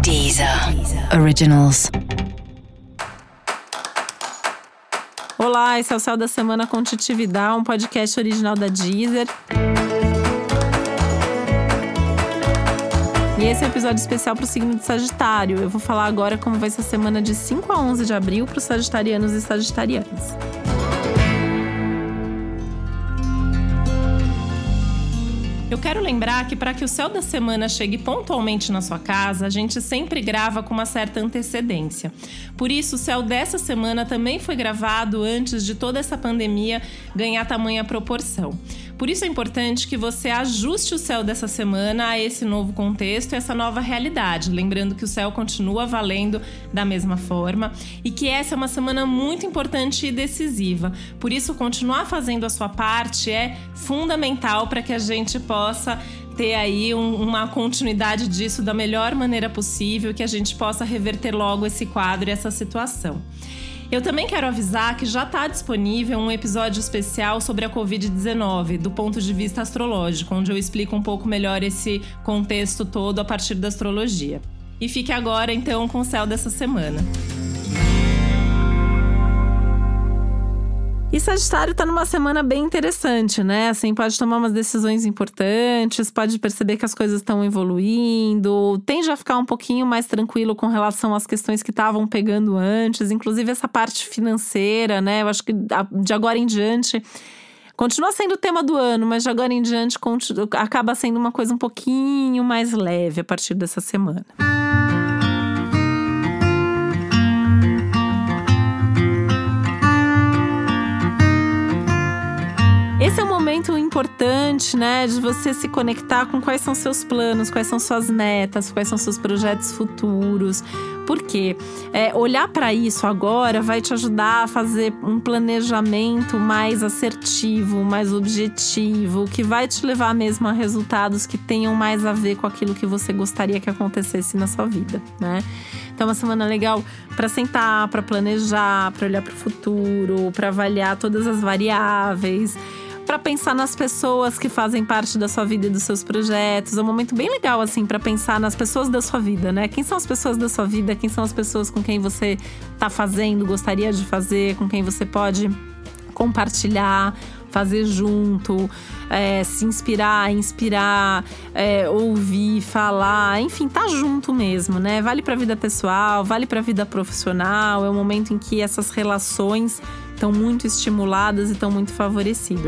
Deezer Originals. Olá, esse é o Céu da Semana com Titi Vidal, um podcast original da Deezer. E esse é um episódio especial para o signo de Sagitário. Eu vou falar agora como vai ser a semana de 5 a 11 de abril para os sagitarianos e sagitarianas. Eu quero lembrar que para que o Céu da Semana chegue pontualmente na sua casa, a gente sempre grava com uma certa antecedência. Por isso, o Céu dessa semana também foi gravado antes de toda essa pandemia ganhar tamanha proporção. Por isso é importante que você ajuste o Céu dessa semana a esse novo contexto e essa nova realidade. Lembrando que o Céu continua valendo da mesma forma e que essa é uma semana muito importante e decisiva. Por isso, continuar fazendo a sua parte é fundamental para que a gente possa ter aí uma continuidade disso da melhor maneira possível, que a gente possa reverter logo esse quadro e essa situação. Eu também quero avisar que já está disponível um episódio especial sobre a Covid-19, do ponto de vista astrológico, onde eu explico um pouco melhor esse contexto todo a partir da astrologia. E fique agora, então, com o Céu dessa semana. E Sagitário tá numa semana bem interessante, né? Assim, pode tomar umas decisões importantes, pode perceber que as coisas estão evoluindo, tende a ficar um pouquinho mais tranquilo com relação às questões que estavam pegando antes, inclusive essa parte financeira, né? Eu acho que de agora em diante continua sendo o tema do ano, mas de agora em diante acaba sendo uma coisa um pouquinho mais leve a partir dessa semana. Esse é um momento importante, né, de você se conectar com quais são seus planos, quais são suas metas, quais são seus projetos futuros. Por quê? Olhar para isso agora vai te ajudar a fazer um planejamento mais assertivo, mais objetivo, que vai te levar mesmo a resultados que tenham mais a ver com aquilo que você gostaria que acontecesse na sua vida, né? Então, é uma semana legal para sentar, para planejar, para olhar para o futuro, para avaliar todas as variáveis, para pensar nas pessoas que fazem parte da sua vida e dos seus projetos. É um momento bem legal, assim, para pensar nas pessoas da sua vida, né? Quem são as pessoas da sua vida? Quem são as pessoas com quem você tá fazendo, gostaria de fazer, com quem você pode compartilhar, fazer junto, se inspirar, ouvir, falar, enfim, tá junto mesmo, né? Vale pra vida pessoal, vale pra vida profissional. É um momento em que essas relações estão muito estimuladas e estão muito favorecidas.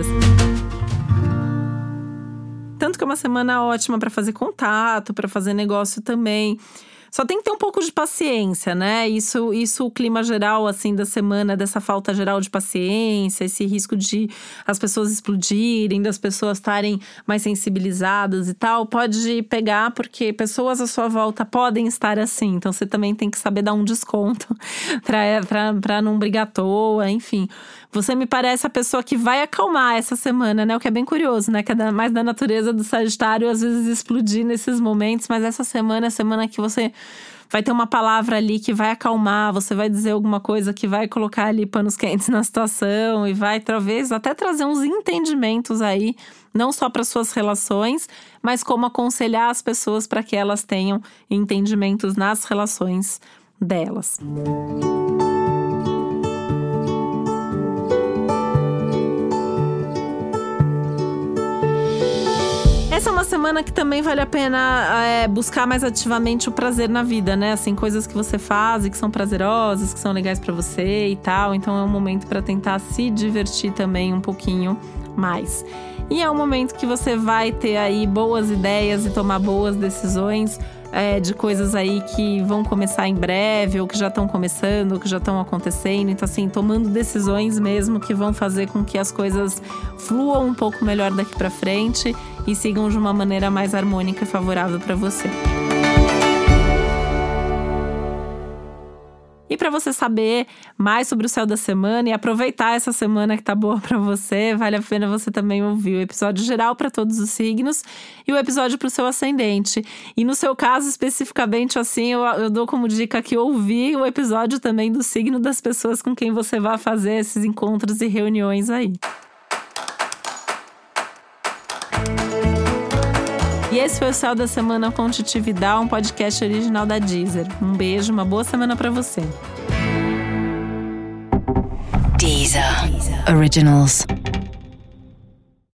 Tanto que é uma semana ótima para fazer contato, para fazer negócio também. Só tem que ter um pouco de paciência, né? Isso o clima geral, assim, da semana, dessa falta geral de paciência, esse risco de as pessoas explodirem, das pessoas estarem mais sensibilizadas e tal, pode pegar, porque pessoas à sua volta podem estar assim. Então, você também tem que saber dar um desconto pra não brigar à toa, enfim. Você me parece a pessoa que vai acalmar essa semana, né? O que é bem curioso, né? Que é mais da natureza do Sagitário, às vezes, explodir nesses momentos. Mas essa semana é a semana que você vai ter uma palavra ali que vai acalmar. Você vai dizer alguma coisa que vai colocar ali panos quentes na situação. E vai, talvez, até trazer uns entendimentos aí. Não só para suas relações, mas como aconselhar as pessoas para que elas tenham entendimentos nas relações delas. Essa é uma semana que também vale a pena buscar mais ativamente o prazer na vida, né? Assim, coisas que você faz e que são prazerosas, que são legais pra você e tal. Então é um momento pra tentar se divertir também um pouquinho mais. E é um momento que você vai ter aí boas ideias e tomar boas decisões de coisas aí que vão começar em breve, ou que já estão começando, ou que já estão acontecendo. Então, assim, tomando decisões mesmo que vão fazer com que as coisas fluam um pouco melhor daqui pra frente e sigam de uma maneira mais harmônica e favorável para você. E para você saber mais sobre o céu da semana e aproveitar essa semana que tá boa para você, vale a pena você também ouvir o episódio geral para todos os signos e o episódio para o seu ascendente. E no seu caso, especificamente, assim, eu dou como dica que ouvir o episódio também do signo das pessoas com quem você vai fazer esses encontros e reuniões aí. E esse foi o Céu da Semana com Titi Vidal, um podcast original da Deezer. Um beijo, uma boa semana pra você. Deezer Originals.